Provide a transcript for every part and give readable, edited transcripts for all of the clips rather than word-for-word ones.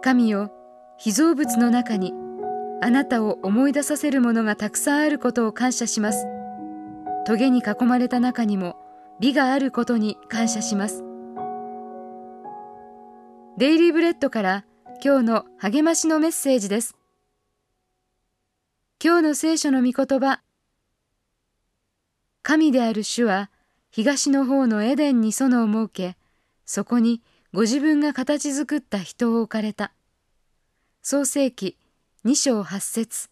神よ、被造物の中にあなたを思い出させるものがたくさんあることを感謝します。棘に囲まれた中にも美があることに感謝します。デイリーブレッドから今日の励ましのメッセージです。今日の聖書の御言葉。神である主は東の方のエデンに園を設け、そこにご自分が形作った人を置かれた。創世記2章8節。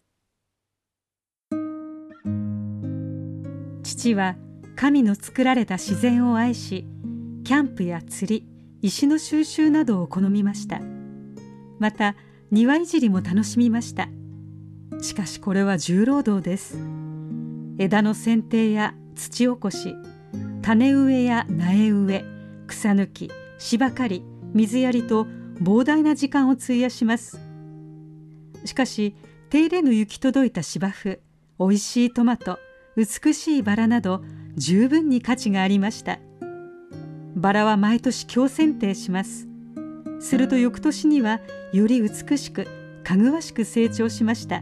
父は神の作られた自然を愛し、キャンプや釣り、石の収集などを好みました。また庭いじりも楽しみました。しかしこれは重労働です。枝の剪定や土起こし、種植えや苗植え、草抜き、芝刈り、水やりと膨大な時間を費やします。しかし手入れの行き届いた芝生、おいしいトマト、美しいバラなど十分に価値がありました。バラは毎年強剪定します。すると翌年にはより美しくかぐわしく成長しました。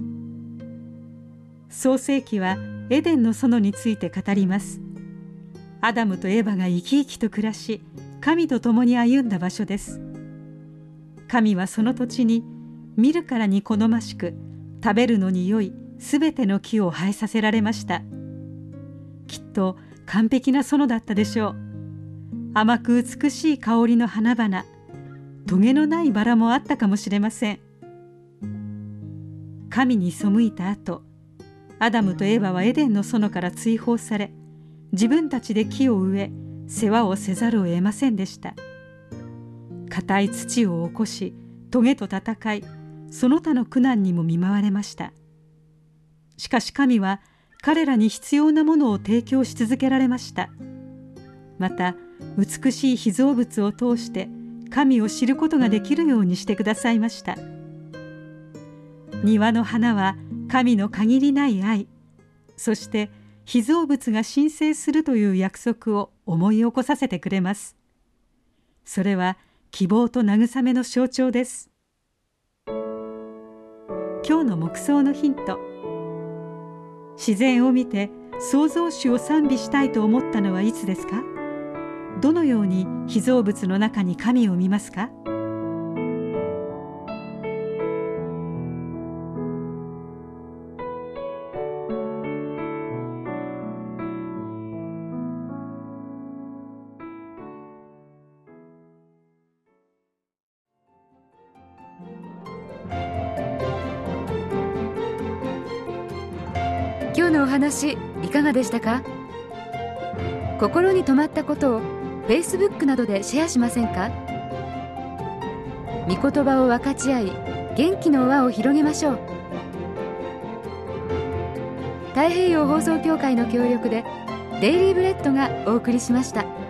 創世記はエデンの園について語ります。アダムとエバが生き生きと暮らし、神と共に歩んだ場所です。神はその土地に見るからに好ましく、食べるのに良いすべての木を生えさせられました。きっと完璧な園だったでしょう。甘く美しい香りの花々、トゲのないバラもあったかもしれません。神に背いた後、アダムとエバはエデンの園から追放され、自分たちで木を植え、世話をせざるを得ませんでした。硬い土を起こし、トゲと戦い、その他の苦難にも見舞われました。しかし神は彼らに必要なものを提供し続けられました。また美しい被造物を通して神を知ることができるようにしてくださいました。庭の花は神の限りない愛、そして被造物が神聖するという約束を思い起こさせてくれます。それは希望と慰めの象徴です。今日の黙想のヒント。自然を見て創造主を賛美したいと思ったのはいつですか？どのように被造物の中に神を見ますか？ 今日のお話いかがでしたか？心に留まったことを Facebook などでシェアしませんか？御言葉を分かち合い、元気の輪を広げましょう。太平洋放送協会の協力でデイリーブレッドがお送りしました。